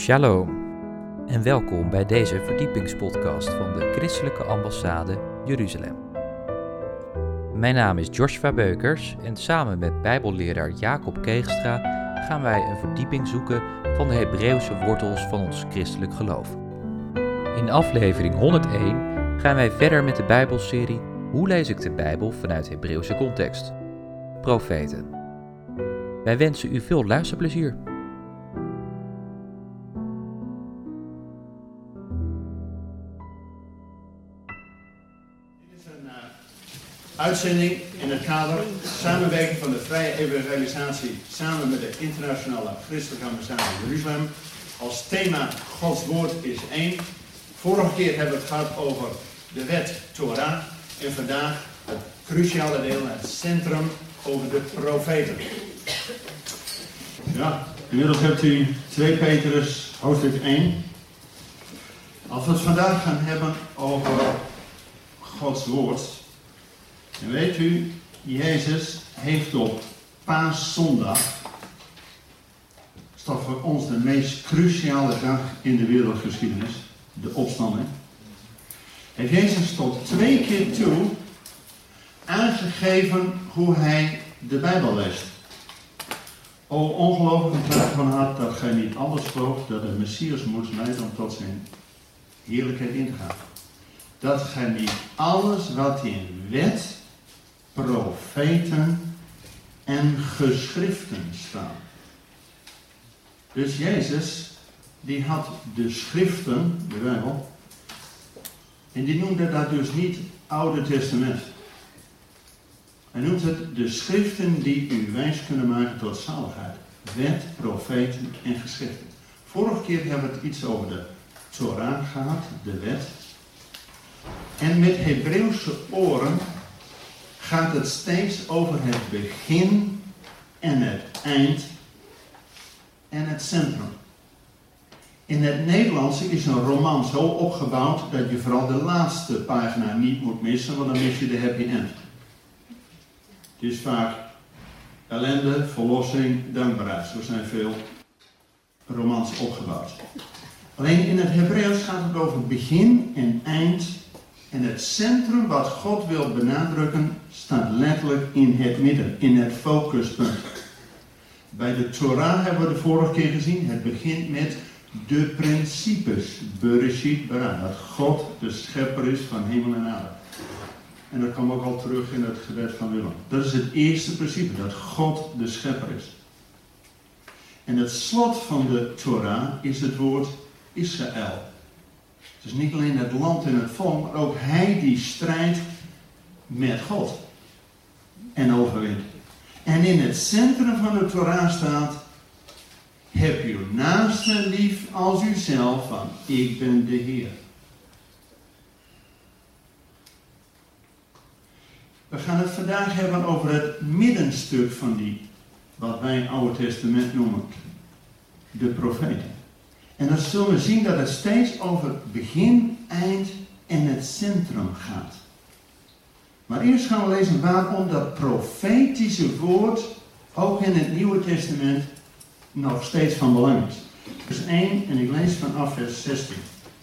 Shalom en welkom bij deze verdiepingspodcast van de Christelijke Ambassade Jeruzalem. Mijn naam is Joshua Beukers en samen met Bijbelleraar Jacob Keegstra gaan wij een verdieping zoeken van de Hebreeuwse wortels van ons christelijk geloof. In aflevering 101 gaan wij verder met de Bijbelserie Hoe lees ik de Bijbel vanuit Hebreeuwse context? Profeten. Wij wensen u veel luisterplezier. Uitzending in het kader samenwerking van de Vrije Evangelisatie samen met de Internationale Christelijke Ambassade Jeruzalem. Als thema Gods Woord is één. Vorige keer hebben we het gehad over de wet Torah en vandaag het cruciale deel, het centrum over de profeten. Ja, inmiddels hebt u 2 Petrus hoofdstuk 1. Als we het vandaag gaan hebben over Gods Woord. En weet u, Jezus heeft op Paaszondag, dat is toch voor ons de meest cruciale dag in de wereldgeschiedenis, de opstanding, heeft Jezus tot 2 keer toe aangegeven hoe hij de Bijbel leest. O ongelooflijk getuige van hart dat gij niet alles gelooft dat de Messias moest leiden om tot zijn heerlijkheid in te gaan. Dat gij niet alles wat in wet, profeten en geschriften staan. Dus Jezus, die had de schriften, de Bijbel, en die noemde dat dus niet Oude Testament. Hij noemt het de schriften die u wijs kunnen maken tot zaligheid. Wet, profeten en geschriften. Vorige keer hebben we het iets over de Torah gehad, de wet. En met Hebreeuwse oren gaat het steeds over het begin en het eind en het centrum. In het Nederlands is een roman zo opgebouwd dat je vooral de laatste pagina niet moet missen, want dan mis je de happy end. Het is vaak ellende, verlossing, dankbaarheid. Zo zijn veel romans opgebouwd. Alleen in het Hebreeuws gaat het over begin en eind. En het centrum wat God wil benadrukken staat letterlijk in het midden, in het focuspunt. Bij de Torah hebben we de vorige keer gezien, het begint met de principes, Bereshit bara, dat God de schepper is van hemel en aarde. En dat kwam ook al terug in het gebed van Willem. Dat is het eerste principe, dat God de schepper is. En het slot van de Torah is het woord Israël. Het is niet alleen het land en het volk, maar ook hij die strijdt met God. En overwint. En in het centrum van de Torah staat: heb uw naaste lief als uzelf, van ik ben de Heer. We gaan het vandaag hebben over het middenstuk van die, wat wij het Oude Testament noemen, de profeten. En dan zullen we zien dat het steeds over begin, eind en het centrum gaat. Maar eerst gaan we lezen waarom dat profetische woord ook in het Nieuwe Testament nog steeds van belang is. Vers 1 en ik lees vanaf vers 16.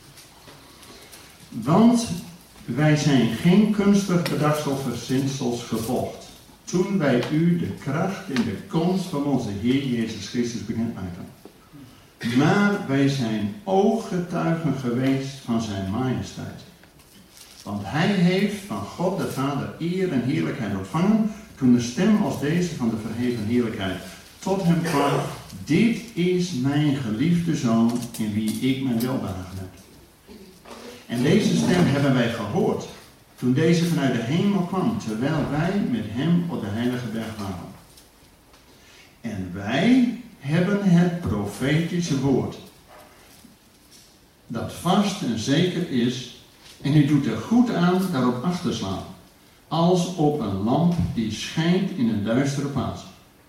Want wij zijn geen kunstig bedacht of verzinsels gevolgd, toen wij u de kracht en de komst van onze Heer Jezus Christus bekend maakten. Maar wij zijn ooggetuigen geweest van zijn majesteit. Want hij heeft van God de Vader eer en heerlijkheid ontvangen, toen de stem als deze van de verheven heerlijkheid tot hem kwam: dit is mijn geliefde Zoon, in wie ik mijn welbehagen heb. En deze stem hebben wij gehoord, toen deze vanuit de hemel kwam, terwijl wij met hem op de heilige berg waren. En wij hebben het profetische woord, dat vast en zeker is, en u doet er goed aan daarop acht te slaan, als op een lamp die schijnt in een duistere plaats,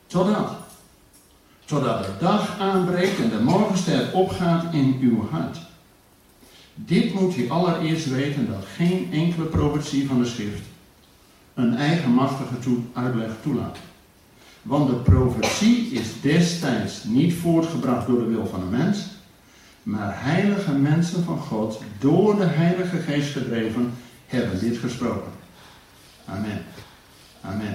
totdat de dag aanbreekt en de morgenster opgaat in uw hart. Dit moet u allereerst weten, dat geen enkele profetie van de schrift een eigenmachtige uitleg toelaat. Want de profetie is destijds niet voortgebracht door de wil van een mens, maar heilige mensen van God, door de Heilige Geest gedreven, hebben dit gesproken. Amen. Amen.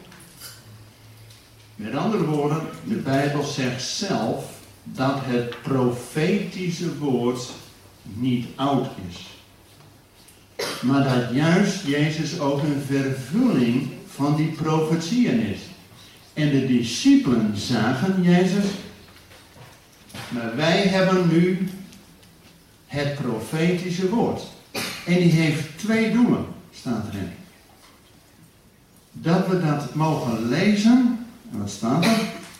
Met andere woorden, de Bijbel zegt zelf dat het profetische woord niet oud is. Maar dat juist Jezus ook een vervulling van die profetieën is. En de discipelen zagen Jezus, maar wij hebben nu het profetische woord. En die heeft 2 doelen, staat erin. Dat we dat mogen lezen. En wat staat er?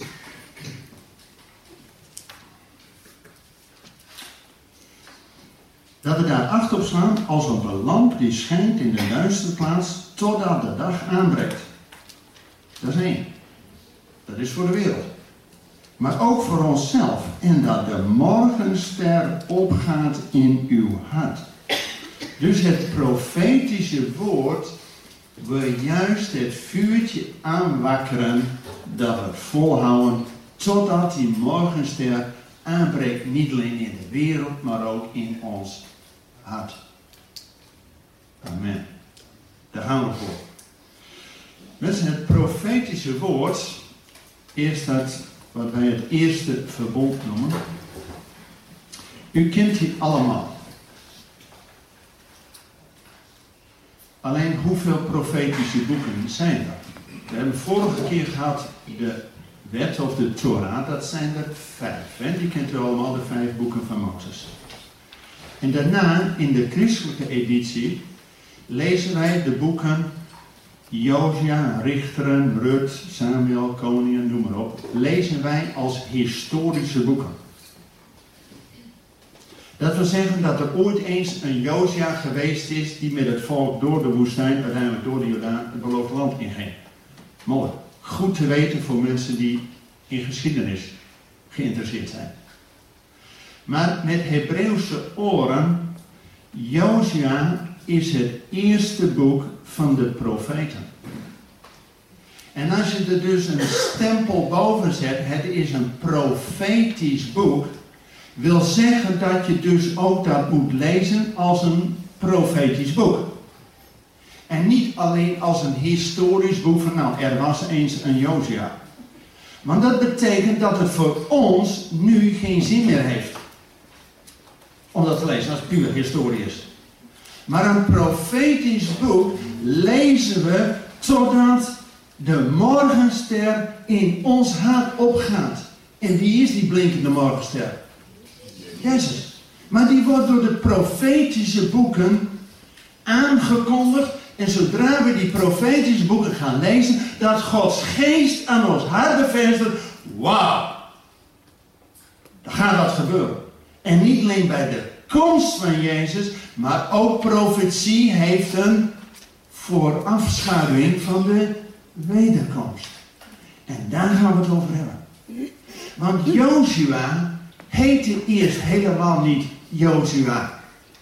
Dat we daar acht op slaan als op een lamp die schijnt in de duistere plaats totdat de dag aanbreekt. Dat is 1. Dat is voor de wereld. Maar ook voor onszelf. En dat de morgenster opgaat in uw hart. Dus het profetische woord wil juist het vuurtje aanwakkeren dat we volhouden totdat die morgenster aanbreekt. Niet alleen in de wereld, maar ook in ons hart. Amen. Daar gaan we voor. Met het profetische woord is dat wat wij het eerste verbond noemen. U kent die allemaal. Alleen hoeveel profetische boeken zijn er? We hebben vorige keer gehad de wet of de Torah, dat zijn er 5. Hè? Die kent u allemaal, de 5 boeken van Mozes. En daarna, in de christelijke editie, lezen wij de boeken Josua, Richteren, Rut, Samuel, Koningen, noem maar op. Lezen wij als historische boeken. Dat wil zeggen dat er ooit eens een Josua geweest is die met het volk door de woestijn, uiteindelijk door de Jordaan, het beloofde land inging. Mooi. Goed te weten voor mensen die in geschiedenis geïnteresseerd zijn. Maar met Hebreeuwse oren, Josua is het eerste boek van de profeten. En als je er dus een stempel boven zet, het is een profetisch boek, wil zeggen dat je dus ook dat moet lezen als een profetisch boek. En niet alleen als een historisch boek van, nou, er was eens een Josua. Want dat betekent dat het voor ons nu geen zin meer heeft om dat te lezen als puur historie is. Maar een profetisch boek lezen we totdat de morgenster in ons hart opgaat. En wie is die blinkende morgenster? Jezus. Maar die wordt door de profetische boeken aangekondigd. En zodra we die profetische boeken gaan lezen, dat Gods geest aan ons hart bevestigt. Wauw. Dan gaat dat gebeuren. En niet alleen bij de komst van Jezus, maar ook profetie heeft een voorafschaduwing van de wederkomst. En daar gaan we het over hebben. Want Josua heette eerst helemaal niet Josua.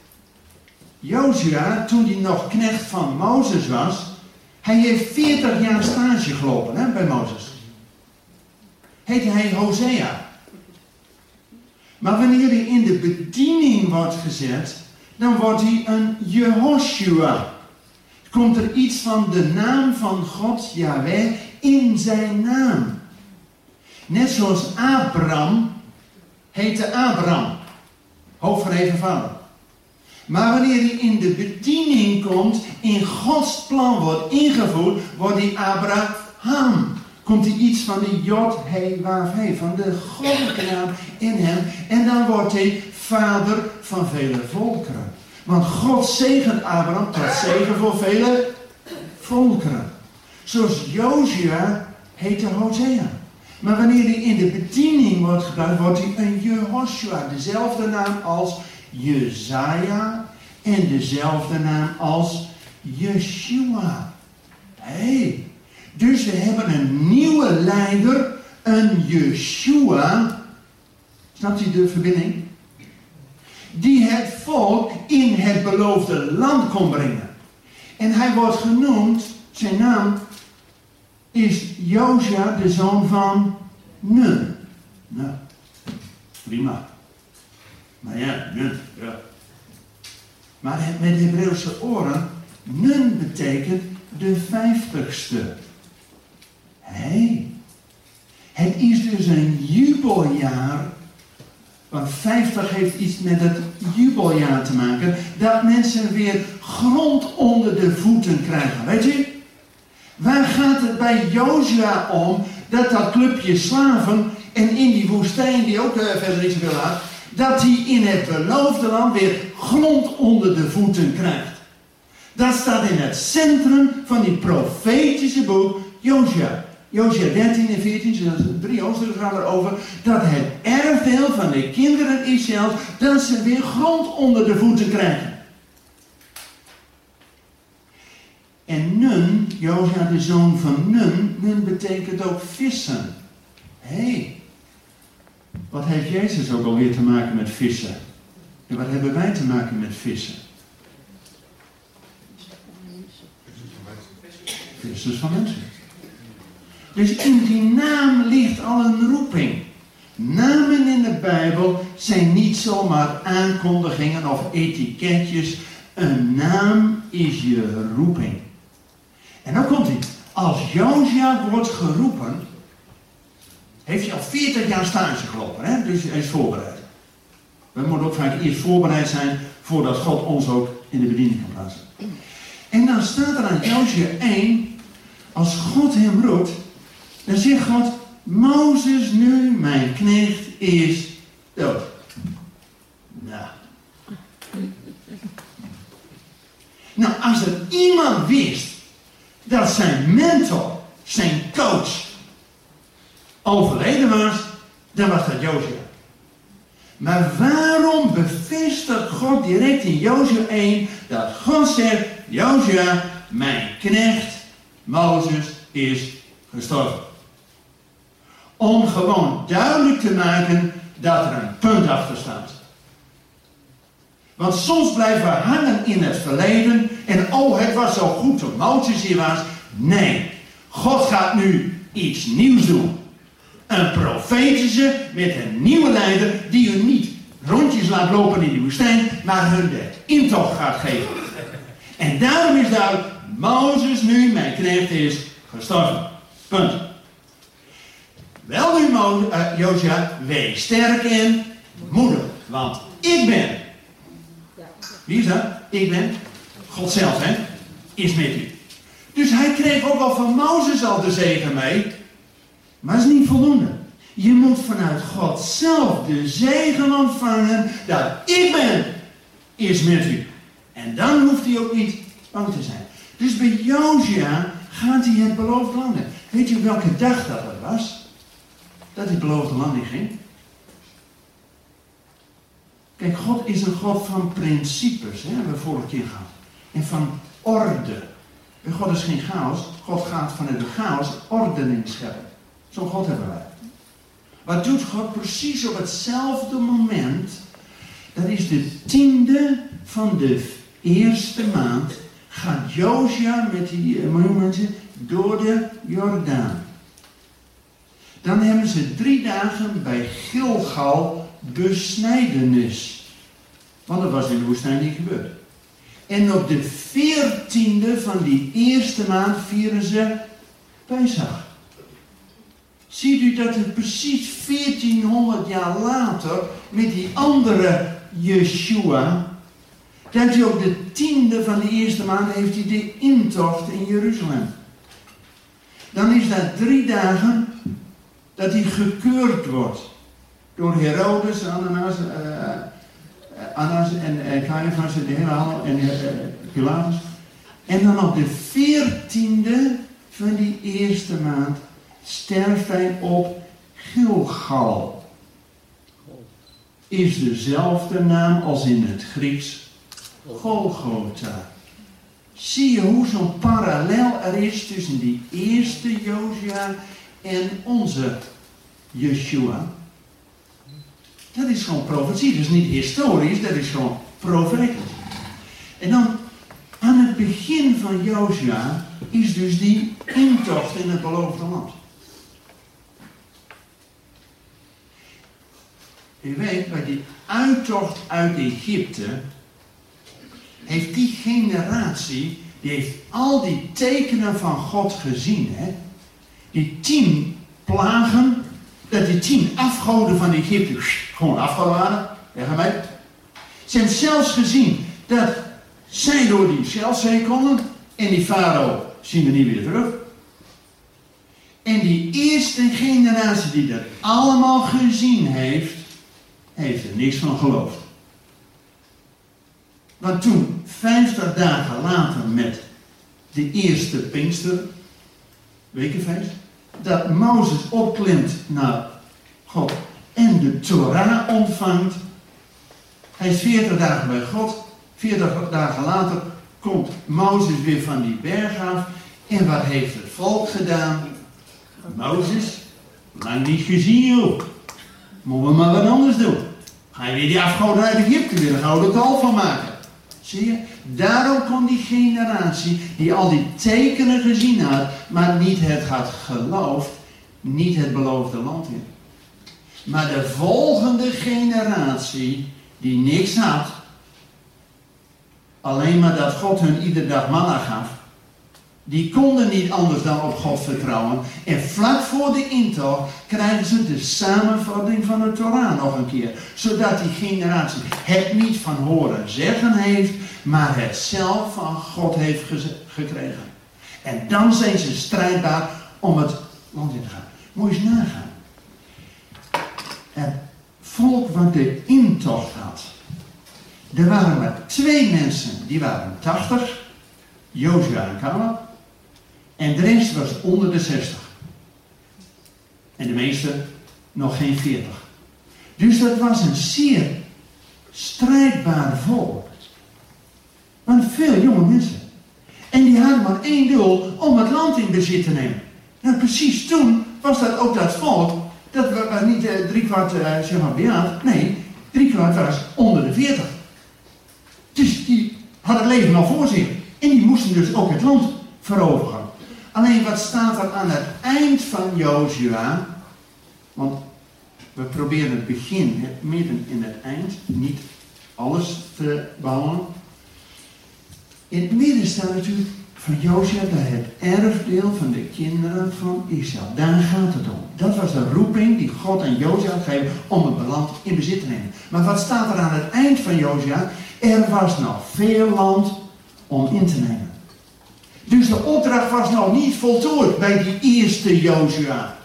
Josua, toen hij nog knecht van Mozes was, hij heeft 40 jaar stage gelopen bij Mozes. Heette hij Hosea. Maar wanneer hij in de bediening wordt gezet, dan wordt hij een Jehoshua. Komt er iets van de naam van God, Yahweh, in zijn naam. Net zoals Abraham heette Abraham, hoogverheven vader. Maar wanneer hij in de bediening komt, in Gods plan wordt ingevoerd, wordt hij Abraham. Komt hij iets van de Jod, He, Waf, He, van de goddelijke naam in hem. En dan wordt hij vader van vele volkeren. Want God zegent Abraham tot zegen voor vele volkeren. Zoals Josua heette Hosea. Maar wanneer hij in de bediening wordt gebruikt, wordt hij een Jehoshua. Dezelfde naam als Jezaja en dezelfde naam als Yeshua. Hey, dus we hebben een nieuwe leider, een Yeshua. Snapt u de verbinding? Die het volk in het beloofde land kon brengen. En hij wordt genoemd, zijn naam is Josua, de zoon van Nun. Nou, prima. Maar ja, Nun, ja. Maar met Hebreeuwse oren, Nun betekent de 50ste. Hé, het is dus een jubeljaar. Want 50 heeft iets met het jubeljaar te maken. Dat mensen weer grond onder de voeten krijgen. Weet je? Waar gaat het bij Jozua om dat clubje slaven en in die woestijn die ook verder niet zoveel had, dat die in het beloofde land weer grond onder de voeten krijgt. Dat staat in het centrum van die profetische boek Jozua. Jozua 13 en 14, dat is 3 hoofdstukken gaan erover, dat het erfdeel van de kinderen Israëls, dat ze weer grond onder de voeten krijgen. En Nun, Jozua de zoon van Nun, Nun betekent ook vissen. Hé, wat heeft Jezus ook alweer te maken met vissen? En wat hebben wij te maken met vissen? Vissers van mensen. Dus in die naam ligt al een roeping. Namen in de Bijbel zijn niet zomaar aankondigingen of etiketjes. Een naam is je roeping. En dan komt hij. Als Jozua wordt geroepen, heeft hij al 40 jaar stage gelopen. Hè? Dus hij is voorbereid. We moeten ook vaak eerst voorbereid zijn voordat God ons ook in de bediening kan plaatsen. En dan staat er aan Jozua 1, als God hem roept, dan zegt God, Mozes nu, mijn knecht, is dood. Nou, als er iemand wist dat zijn mentor, zijn coach, overleden was, dan was dat Jozua. Maar waarom bevestigt God direct in Jozua 1 dat God zegt, Jozua, mijn knecht, Mozes, is gestorven? Om gewoon duidelijk te maken dat er een punt achter staat. Want soms blijven we hangen in het verleden. En oh, het was zo goed toen Mozes hier was. Nee, God gaat nu iets nieuws doen. Een profetische met een nieuwe leider die u niet rondjes laat lopen in de woestijn, maar hun de intocht gaat geven. En daarom is duidelijk, Mozes nu, mijn knecht, is gestorven. Punt. Wel nu, Jozua, wees sterk en moedig, want ik ben. Wie is dat? Ik ben. God zelf, hè? Is met u. Dus hij kreeg ook al van Mozes al de zegen mee. Maar dat is niet voldoende. Je moet vanuit God zelf de zegen ontvangen dat ik ben, is met u. En dan hoeft hij ook niet bang te zijn. Dus bij Jozua gaat hij het beloofde land in. Weet je welke dag dat was? Dat het beloofde land in ging? Kijk, God is een God van principes, hè, hebben we vorige keer gehad. En van orde. En God is geen chaos. God gaat vanuit de chaos ordening scheppen. Zo'n God hebben wij. Wat doet God precies op hetzelfde moment? Dat is de 10e van de eerste maand. Gaat Jozua met die mensen door de Jordaan. Dan hebben ze 3 dagen bij Gilgal besnijdenis. Want dat was in de woestijn niet gebeurd. En op de 14e van die eerste maand vieren ze Pesach. Ziet u dat het precies 1400 jaar later met die andere Yeshua, dat hij op de 10e van de eerste maand heeft hij de intocht in Jeruzalem. Dan is dat 3 dagen dat hij gekeurd wordt door Herodes, Annas en Caiaphas en de hele handel en Pilatus. En dan op de 14e van die eerste maand sterft hij op Gilgal. Is dezelfde naam als in het Grieks Golgotha. Zie je hoe zo'n parallel er is tussen die eerste Jozua en onze Yeshua? Dat is gewoon profetie, dat is niet historisch, dat is gewoon profetisch. En dan aan het begin van Jozua is dus die intocht in het beloofde land. U weet, bij die uittocht uit Egypte heeft die generatie, die heeft al die tekenen van God gezien. Hè? Die 10 plagen, dat die 10 afgoden van Egypte gewoon afgoden waren. Ze hebben zelfs gezien dat zij door die Schelzee konden en die farao zien we niet weer terug. En die eerste generatie die dat allemaal gezien heeft, heeft er niks van geloofd. Want toen, 50 dagen later met de eerste Pinkster, wekenfeest, dat Mozes opklimt naar God en de Torah ontvangt. Hij is 40 dagen bij God. 40 dagen later komt Mozes weer van die berg af. En wat heeft het volk gedaan? Mozes, lang niet gezien joh. Moeten we maar wat anders doen. Ga je weer die afgoden uit Egypte weer een gouden kalf van maken. Zie je? Daarom kon die generatie die al die tekenen gezien had, maar niet het had geloofd, niet het beloofde land in. Maar de volgende generatie die niks had, alleen maar dat God hun iedere dag manna gaf, die konden niet anders dan op God vertrouwen. En vlak voor de intocht krijgen ze de samenvatting van de Torah nog een keer. Zodat die generatie het niet van horen zeggen heeft, maar het zelf van God heeft gekregen. En dan zijn ze strijdbaar om het land in te gaan. Moet je eens nagaan. Het volk wat de intocht had. Er waren maar 2 mensen, die waren 80. Jozua en Caleb. En de rest was onder de 60. En de meeste nog geen 40. Dus dat was een zeer strijdbaar volk. Want veel jonge mensen. En die hadden maar 1 doel om het land in bezit te nemen. Nou precies toen was dat ook dat volk. Dat was niet 3/4 zeg maar bejaard. Nee, 3/4 was onder de 40. Dus die hadden het leven nog voor zich. En die moesten dus ook het land veroveren. Alleen wat staat er aan het eind van Jozua? Want we proberen het begin, het midden en het eind, niet alles te behandelen. In het midden staat natuurlijk van Jozua dat het erfdeel van de kinderen van Israël. Daar gaat het om. Dat was de roeping die God aan Jozua had gegeven om het land in bezit te nemen. Maar wat staat er aan het eind van Jozua? Er was nog veel land om in te nemen. Dus de opdracht was nog niet voltooid bij die eerste Jozua.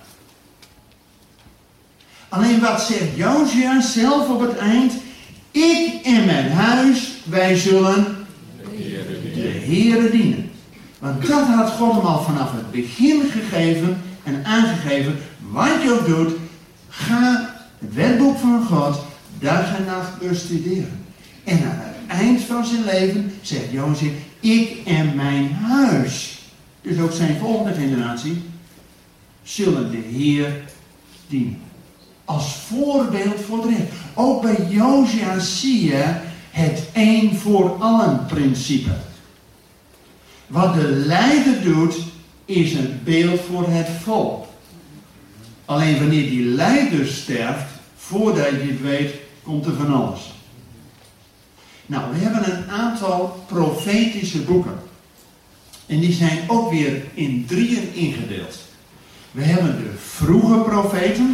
Alleen wat zegt Jozua zelf op het eind? Ik en mijn huis, wij zullen de Heere dienen. Want dat had God hem al vanaf het begin gegeven en aangegeven. Wat je ook doet, ga het wetboek van God dag en nacht bestuderen. En aan het eind van zijn leven zegt Jozua, ik en mijn huis, dus ook zijn volgende generatie, zullen de Heer dienen. Als voorbeeld voor de rest. Ook bij Jozua zie je het één voor allen principe. Wat de leider doet, is een beeld voor het volk. Alleen wanneer die leider sterft, voordat je het weet, komt er van alles. Nou, we hebben een aantal profetische boeken. En die zijn ook weer in 3 ingedeeld. We hebben de vroege profeten.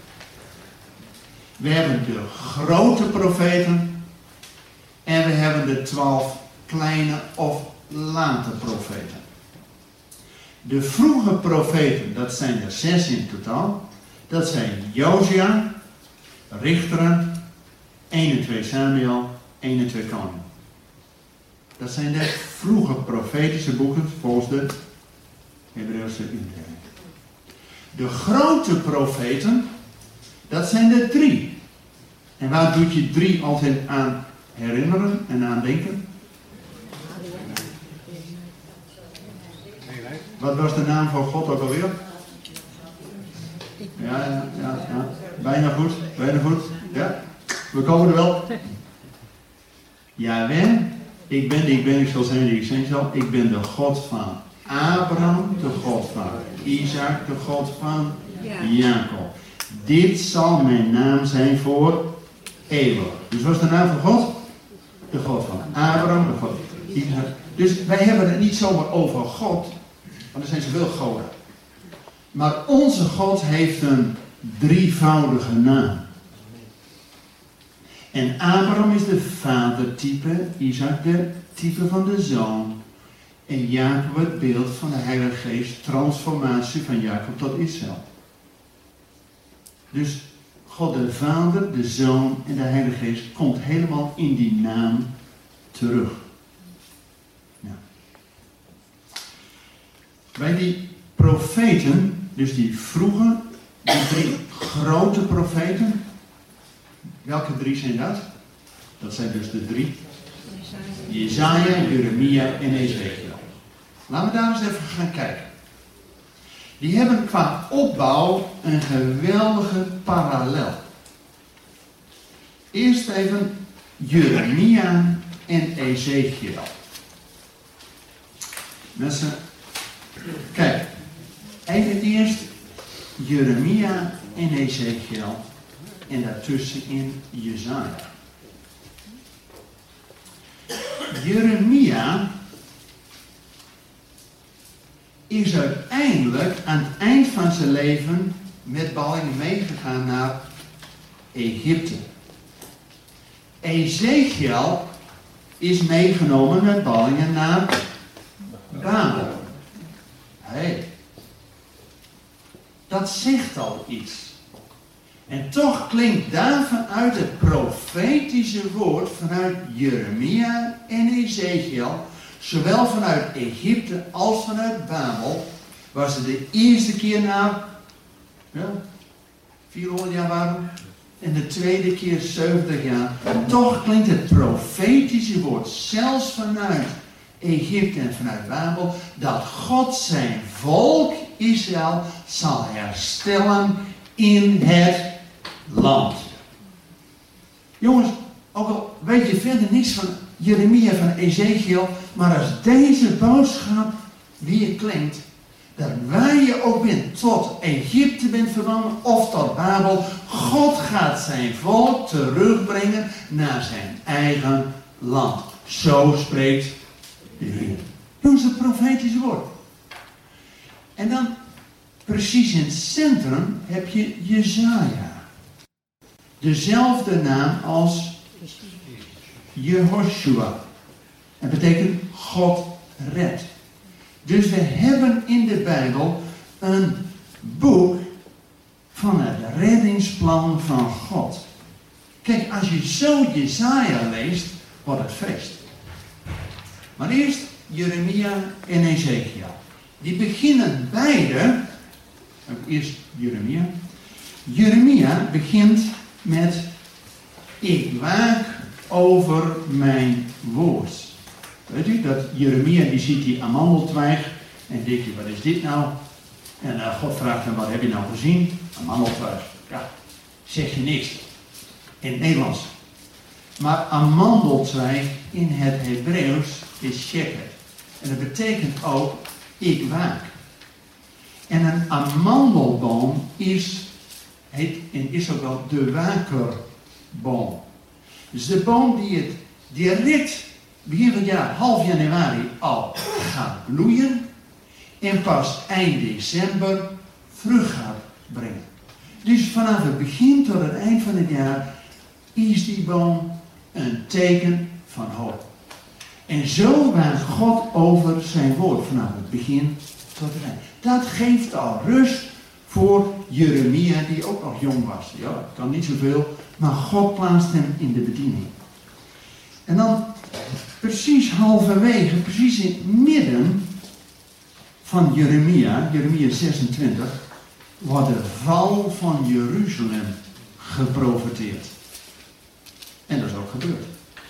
We hebben de grote profeten. En we hebben de 12 kleine of late profeten. De vroege profeten, dat zijn er 6 in totaal. Dat zijn Jozua, Richteren, 1 en 2 Samuel, 1 en 2 Koningen. Dat zijn de vroege profetische boeken volgens de Hebreeuwse indeling. De grote profeten, dat zijn er 3. En waar doet je 3 altijd aan herinneren en aan denken? Wat was de naam van God ook alweer? Ja. Bijna goed. Ja, we komen er wel. Jawel, ik zal zijn die ik zijn zal. Ik ben de God van Abraham, de God van Isaac, de God van Jacob. Dit zal mijn naam zijn voor eeuwig. Dus wat is de naam van God? De God van Abraham, de God van Isaac. Dus wij hebben het niet zomaar over God, want er zijn zoveel goden. Maar onze God heeft een drievoudige naam. En Abraham is de vadertype, Isaac de type van de zoon. En Jacob het beeld van de Heilige Geest, transformatie van Jacob tot Israël. Dus God de Vader, de Zoon en de Heilige Geest komt helemaal in die naam terug. Ja. Bij die profeten, dus die vroege, die 3 grote profeten, welke 3 zijn dat? Dat zijn dus de 3. Jesaja, Jeremia en Ezekiel. Laten we daar eens even gaan kijken. Die hebben qua opbouw een geweldige parallel. Eerst even Jeremia en Ezekiel. Mensen, kijk. Even eerst Jeremia en Ezekiel. En daartussenin Jesaja. Jeremia is uiteindelijk aan het eind van zijn leven met ballingen meegegaan naar Egypte. Ezekiel is meegenomen met ballingen naar Babel. Hey, dat zegt al iets. En toch klinkt daar vanuit het profetische woord, vanuit Jeremia en Ezekiel, zowel vanuit Egypte als vanuit Babel, waar ze de eerste keer na 400 jaar waren en de tweede keer 70 jaar. Toch klinkt het profetische woord, zelfs vanuit Egypte en vanuit Babel, dat God zijn volk Israël zal herstellen in het land. Jongens, ook al weet je verder niks van Jeremia, van Ezekiel, maar als deze boodschap weer klinkt, dat waar je ook bent, tot Egypte bent verbannen of tot Babel, God gaat zijn volk terugbrengen naar zijn eigen land. Zo spreekt de Heer. Jongens, het profetische woord. En dan, precies in het centrum, heb je Jesaja. Dezelfde naam als Jehoshua. Dat betekent God redt. Dus we hebben in de Bijbel een boek van het reddingsplan van God. Kijk, als je zo Jesaja leest, wordt het feest. Maar eerst Jeremia en Ezekiel. Die beginnen beide, eerst Jeremia. Jeremia begint met: ik waak over mijn woord. Weet u, dat Jeremia die ziet die amandeltwijg en denkt je, wat is dit nou? En God vraagt hem, wat heb je nou gezien? Amandeltwijg. Ja, zeg je niks. In het Nederlands. Maar amandeltwijg in het Hebreeuws is sheker. En dat betekent ook, ik waak. En een amandelboom heet in Israël wel de wakerboom. Dus de boom die het direct begin van het jaar, half januari, al gaat bloeien. En pas eind december vrucht gaat brengen. Dus vanaf het begin tot het eind van het jaar is die boom een teken van hoop. En zo waakt God over zijn woord vanaf het begin tot het eind. Dat geeft al rust voor Jeremia, die ook nog jong was. Ja, kan niet zoveel, maar God plaatst hem in de bediening. En dan precies halverwege, precies in het midden van Jeremia 26, wordt de val van Jeruzalem geprofeteerd. En dat is ook gebeurd.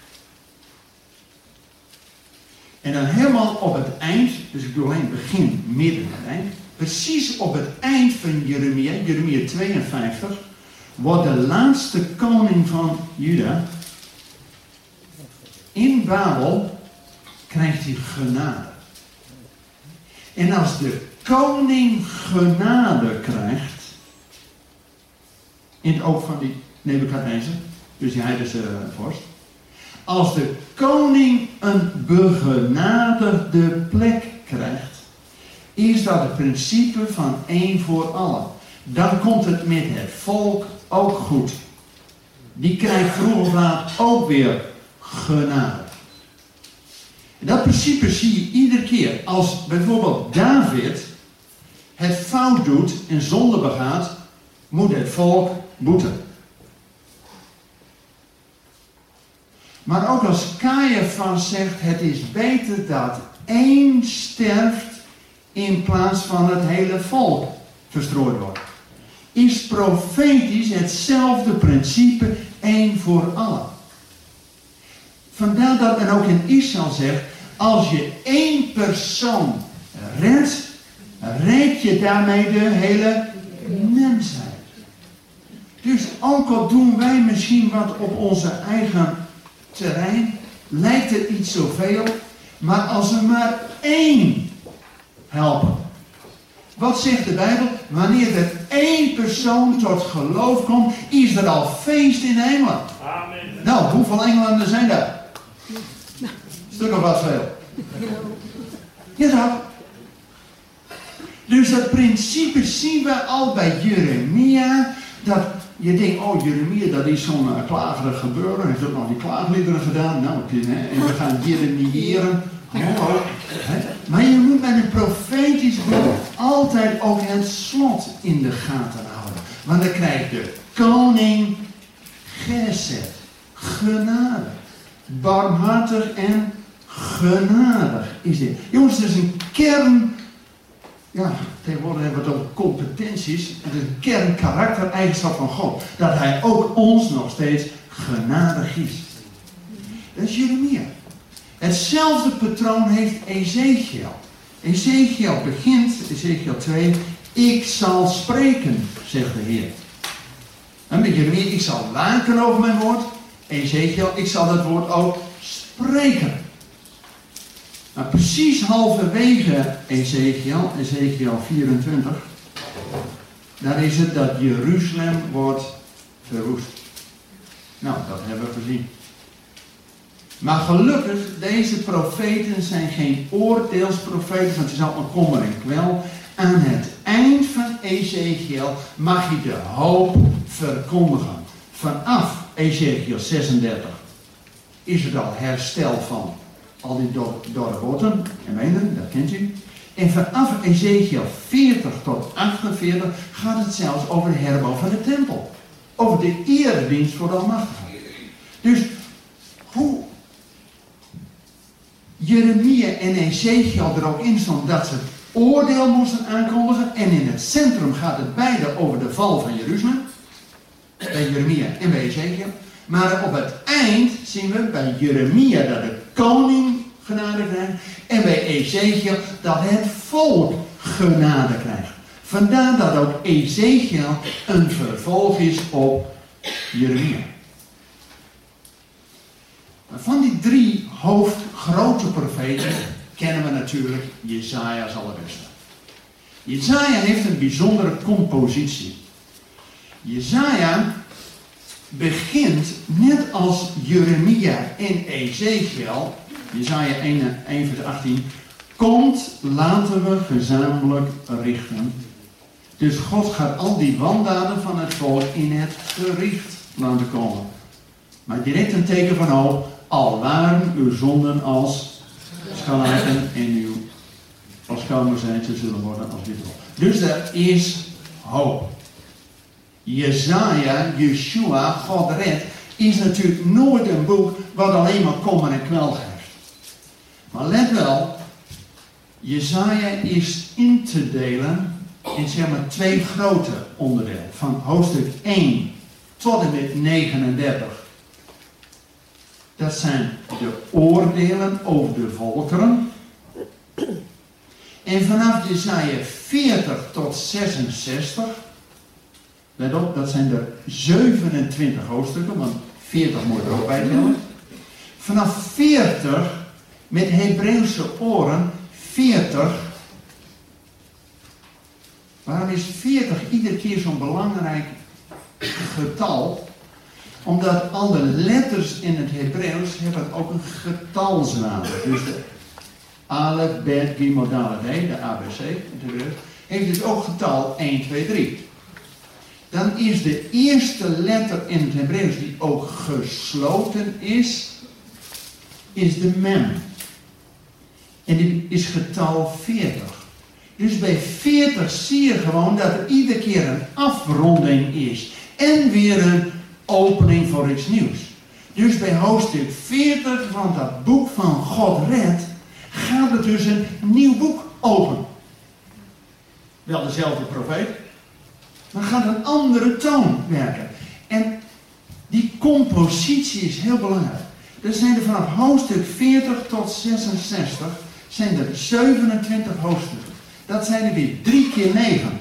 En dan helemaal op het eind, dus ik doe alleen begin, midden en eind, precies op het eind van Jeremia 52, wordt de laatste koning van Juda in Babel, krijgt hij genade. En als de koning genade krijgt, in het oog van die Nebukadnezar, dus die heidense vorst. Als de koning een begenadigde plek krijgt, is dat het principe van één voor allen. Dan komt het met het volk ook goed. Die krijgt vroeg of laat ook weer genade. En dat principe zie je iedere keer. Als bijvoorbeeld David het fout doet en zonde begaat, moet het volk boeten. Maar ook als Caiaphas zegt, het is beter dat één sterft in plaats van het hele volk verstrooid wordt, is profetisch hetzelfde principe één voor allen. Vandaar dat men ook in Israël zegt, als je één persoon redt, red je daarmee de hele mensheid. Dus ook al doen wij misschien wat op onze eigen terrein, lijkt het iets zoveel, maar als we maar één helpen. Wat zegt de Bijbel? Wanneer er één persoon tot geloof komt, is er al feest in Engeland. Amen. Nou, hoeveel Engelanden zijn daar? Stuk of wat veel? Ja, toch? Dus dat principe zien we al bij Jeremia. Dat je denkt, oh Jeremia, dat is zo'n klagerig gebeuren. Hij heeft ook nog die klaagliederen gedaan. Nou, en we gaan jeremiëren. Oh, maar je moet bij een profetisch boek altijd ook het slot in de gaten houden. Want dan krijgt de koning gesed, genade. Barmhartig en genadig is dit. Jongens, het is een kern. Ja, tegenwoordig hebben we het over competenties. Het is een kernkaraktereigenschap van God. Dat hij ook ons nog steeds genadig is. Dat is Jeremia. Hetzelfde patroon heeft Ezekiel. Ezekiel begint, Ezekiel 2, ik zal spreken, zegt de Heer. En met Jeremia, ik zal waken over mijn woord. Ezekiel, ik zal dat woord ook spreken. Maar precies halverwege Ezekiel 24, daar is het dat Jeruzalem wordt verwoest. Nou, dat hebben we gezien. Maar gelukkig, deze profeten zijn geen oordeelsprofeten, want het is al een kommer en kwel. Aan het eind van Ezekiel mag je de hoop verkondigen. Vanaf Ezekiel 36 is het al herstel van al die dorre botten en menen, dat kent u. En vanaf Ezekiel 40 tot 48 gaat het zelfs over de herbouw van de tempel. Over de eredienst voor de Almachtige. Dus hoe Jeremia en Ezekiel er ook in stond dat ze het oordeel moesten aankondigen. En in het centrum gaat het beide over de val van Jeruzalem. Bij Jeremia en bij Ezekiel. Maar op het eind zien we bij Jeremia dat de koning genade krijgt. En bij Ezekiel dat het volk genade krijgt. Vandaar dat ook Ezekiel een vervolg is op Jeremia. Van die drie hoofdgrote profeten kennen we natuurlijk Jesaja als allerbeste. Jesaja heeft een bijzondere compositie. Jesaja begint net als Jeremia en Ezekiel, Jesaja 1 vers 18, komt, laten we gezamenlijk richten. Dus God gaat al die wandaden van het volk in het gericht laten komen. Maar direct een teken van hoop, al waren uw zonden als scharlaken en uw als karmozijntje zullen worden als witwol. Dus er is hoop. Jesaja, Yeshua, God redt, is natuurlijk nooit een boek wat alleen maar kommer en kwel geeft. Maar let wel, Jesaja is in te delen in zeg maar 2 grote onderdelen. Van hoofdstuk 1 tot en met 39. Dat zijn de oordelen over de volkeren. En vanaf Jesaja 40 tot 66, let op, dat zijn er 27 hoofdstukken, want 40 moet je er ook bij tellen. Vanaf 40, met Hebreeuwse oren, 40. Waarom is 40 iedere keer zo'n belangrijk getal? Omdat alle letters in het Hebreeuws hebben ook een getalswaarde. Dus de Alef, Bet, Gimel, Dalet, He, de ABC in het Hebreeuws, heeft dus ook getal 1, 2, 3. Dan is de eerste letter in het Hebreeuws die ook gesloten is de mem. En die is getal 40. Dus bij 40 zie je gewoon dat er iedere keer een afronding is. En weer een opening voor iets nieuws. Dus bij hoofdstuk 40 van dat boek van God redt, gaat er dus een nieuw boek open. Wel dezelfde profeet, maar gaat een andere toon werken. En die compositie is heel belangrijk. Er zijn er vanaf hoofdstuk 40 tot 66 zijn er 27 hoofdstukken. Dat zijn er weer 3 keer 9. Dan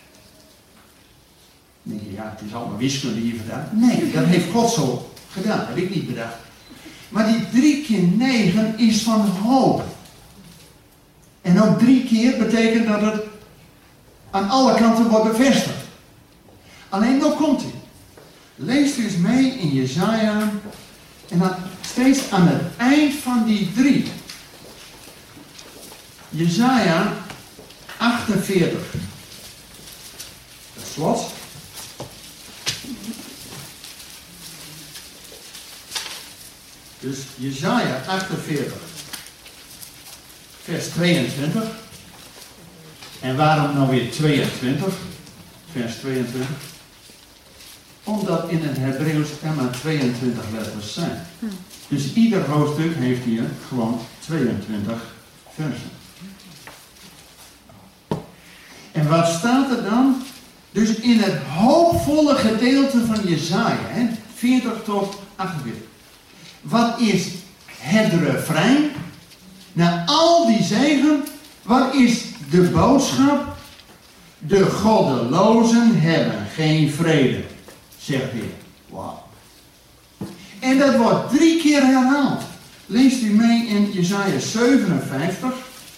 denk je, ja, het is allemaal wiskunde hier vandaan. Nee, dat heeft God zo gedaan. Dat heb ik niet bedacht. Maar die 3 keer 9 is van hoop. En ook 3 keer betekent dat het aan alle kanten wordt bevestigd. Alleen nog komt hij. Lees dus mee in Jesaja. En dan steeds aan het eind van die 3. Jesaja 48. Het slot. Dus Jesaja 48. Vers 22. En waarom nou weer 22? Vers 22. Omdat in het Hebreeuws er maar 22 letters zijn. Dus ieder hoofdstuk heeft hier gewoon 22 versen. En wat staat er dan? Dus in het hoopvolle gedeelte van Jesaja, 40 tot 48. Wat is het refrein? Na al die zegen, wat is de boodschap? De goddelozen hebben geen vrede, zegt hij. Wauw. En dat wordt 3 keer herhaald. Leest u mee in Jesaja 57.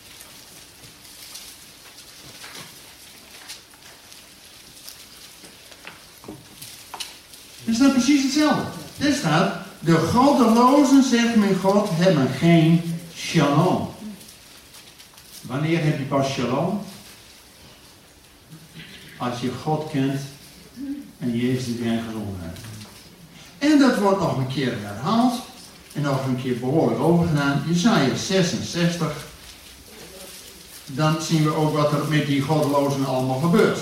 Er staat precies hetzelfde. Er staat, de goddelozen, zegt mijn God, hebben geen shalom. Wanneer heb je pas shalom? Als je God kent en Jezus de gezondheid. En dat wordt nog een keer herhaald en nog een keer behoorlijk overgedaan. Jesaja 66. Dan zien we ook wat er met die goddelozen allemaal gebeurt.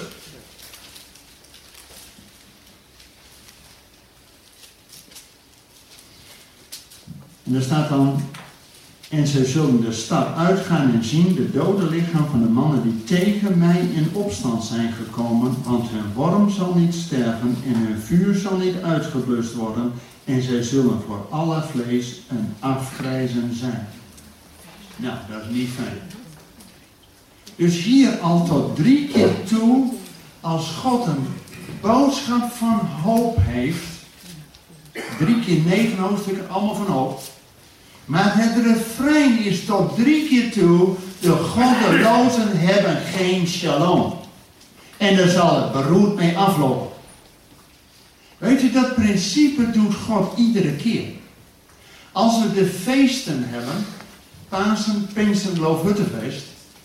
En er staat dan, en zij zullen de stad uitgaan en zien de dode lichaam van de mannen die tegen mij in opstand zijn gekomen, want hun worm zal niet sterven en hun vuur zal niet uitgeblust worden en zij zullen voor alle vlees een afgrijzen zijn. Nou, dat is niet fijn. Dus hier al tot 3 keer toe, als God een boodschap van hoop heeft, 3 keer 9 hoofdstukken, allemaal van hoop. Maar het refrein is tot 3 keer toe, de goddelozen hebben geen shalom. En daar zal het beroerd mee aflopen. Weet je, dat principe doet God iedere keer. Als we de feesten hebben, Pasen, Pinksteren, Loofhuttenfeest,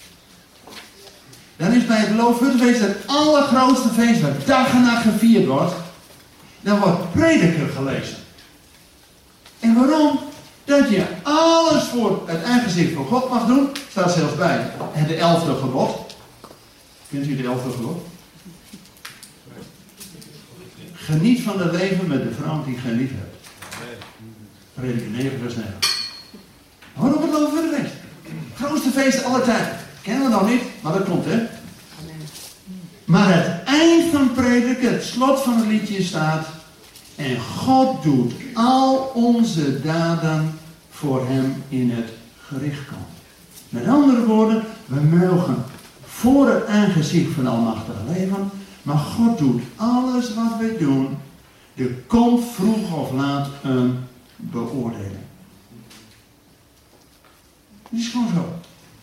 dan is bij het Loofhuttenfeest het allergrootste feest wat dag en nacht gevierd wordt. Dan wordt prediker gelezen. En waarom? Dat je alles voor het aangezicht van God mag doen. Staat zelfs bij het 11e gebod. Kent u de 11e gebod? Geniet van het leven met de vrouw die je lief hebt. Prediker 9 vers 9. Waarom het Loofhuttenfeest? Grootste feest aller tijden. Kennen we nog niet, maar dat komt hè. Maar het eind van prediker, het slot van het liedje staat: en God doet al onze daden voor hem in het gericht komen. Met andere woorden, we mogen voor het aangezicht van de Almachtige leven, maar God doet alles wat wij doen. Er komt vroeg of laat een beoordeling. Dat is gewoon zo.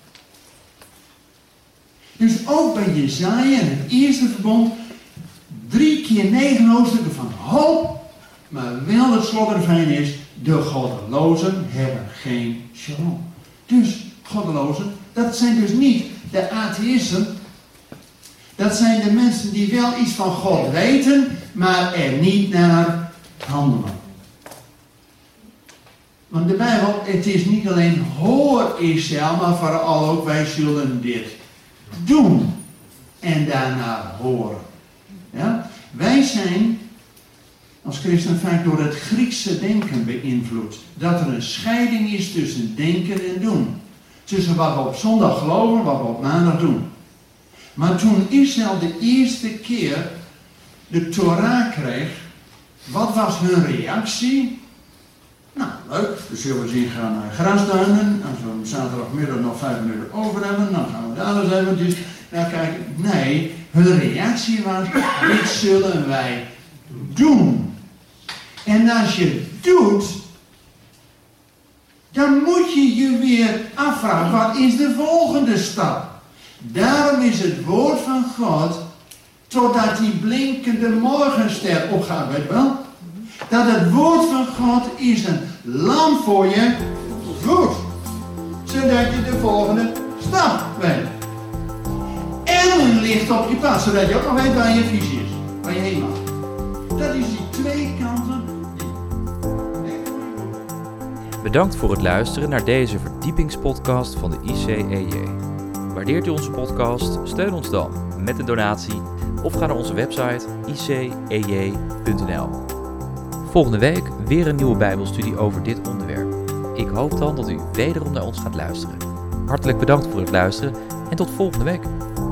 Dus ook bij Jesaja, in het eerste verbond, 3 keer 9 hoofdstukken van hoop. Maar wel het slot ervan is, de goddelozen hebben geen shalom. Dus goddelozen, dat zijn dus niet de atheïsten. Dat zijn de mensen die wel iets van God weten, maar er niet naar handelen. Want de Bijbel, het is niet alleen hoor Israël, maar vooral ook wij zullen dit doen. En daarna horen. Ja? Wij zijn als christen vaak door het Griekse denken beïnvloed. Dat er een scheiding is tussen denken en doen. Tussen wat we op zondag geloven, wat we op maandag doen. Maar toen Israël de eerste keer de Torah kreeg, wat was hun reactie? Nou, leuk, dus zullen we zien gaan naar grasduinen. Als we om zaterdagmiddag nog 5 minuten over hebben, dan gaan we daar eens eventjes naar kijken. Nee, hun reactie was, dit zullen wij doen. En als je het doet, dan moet je je weer afvragen, wat is de volgende stap? Daarom is het woord van God, totdat die blinkende morgenster opgaat, weet je wel? Dat het woord van God is een lamp voor je voet. Zodat je de volgende stap weet. En een licht op je pad, zodat je ook nog weet waar je visie is. Waar je heen mag. Dat is die twee kanten. Bedankt voor het luisteren naar deze verdiepingspodcast van de ICEJ. Waardeert u onze podcast? Steun ons dan met een donatie of ga naar onze website icej.nl. Volgende week weer een nieuwe Bijbelstudie over dit onderwerp. Ik hoop dan dat u wederom naar ons gaat luisteren. Hartelijk bedankt voor het luisteren en tot volgende week.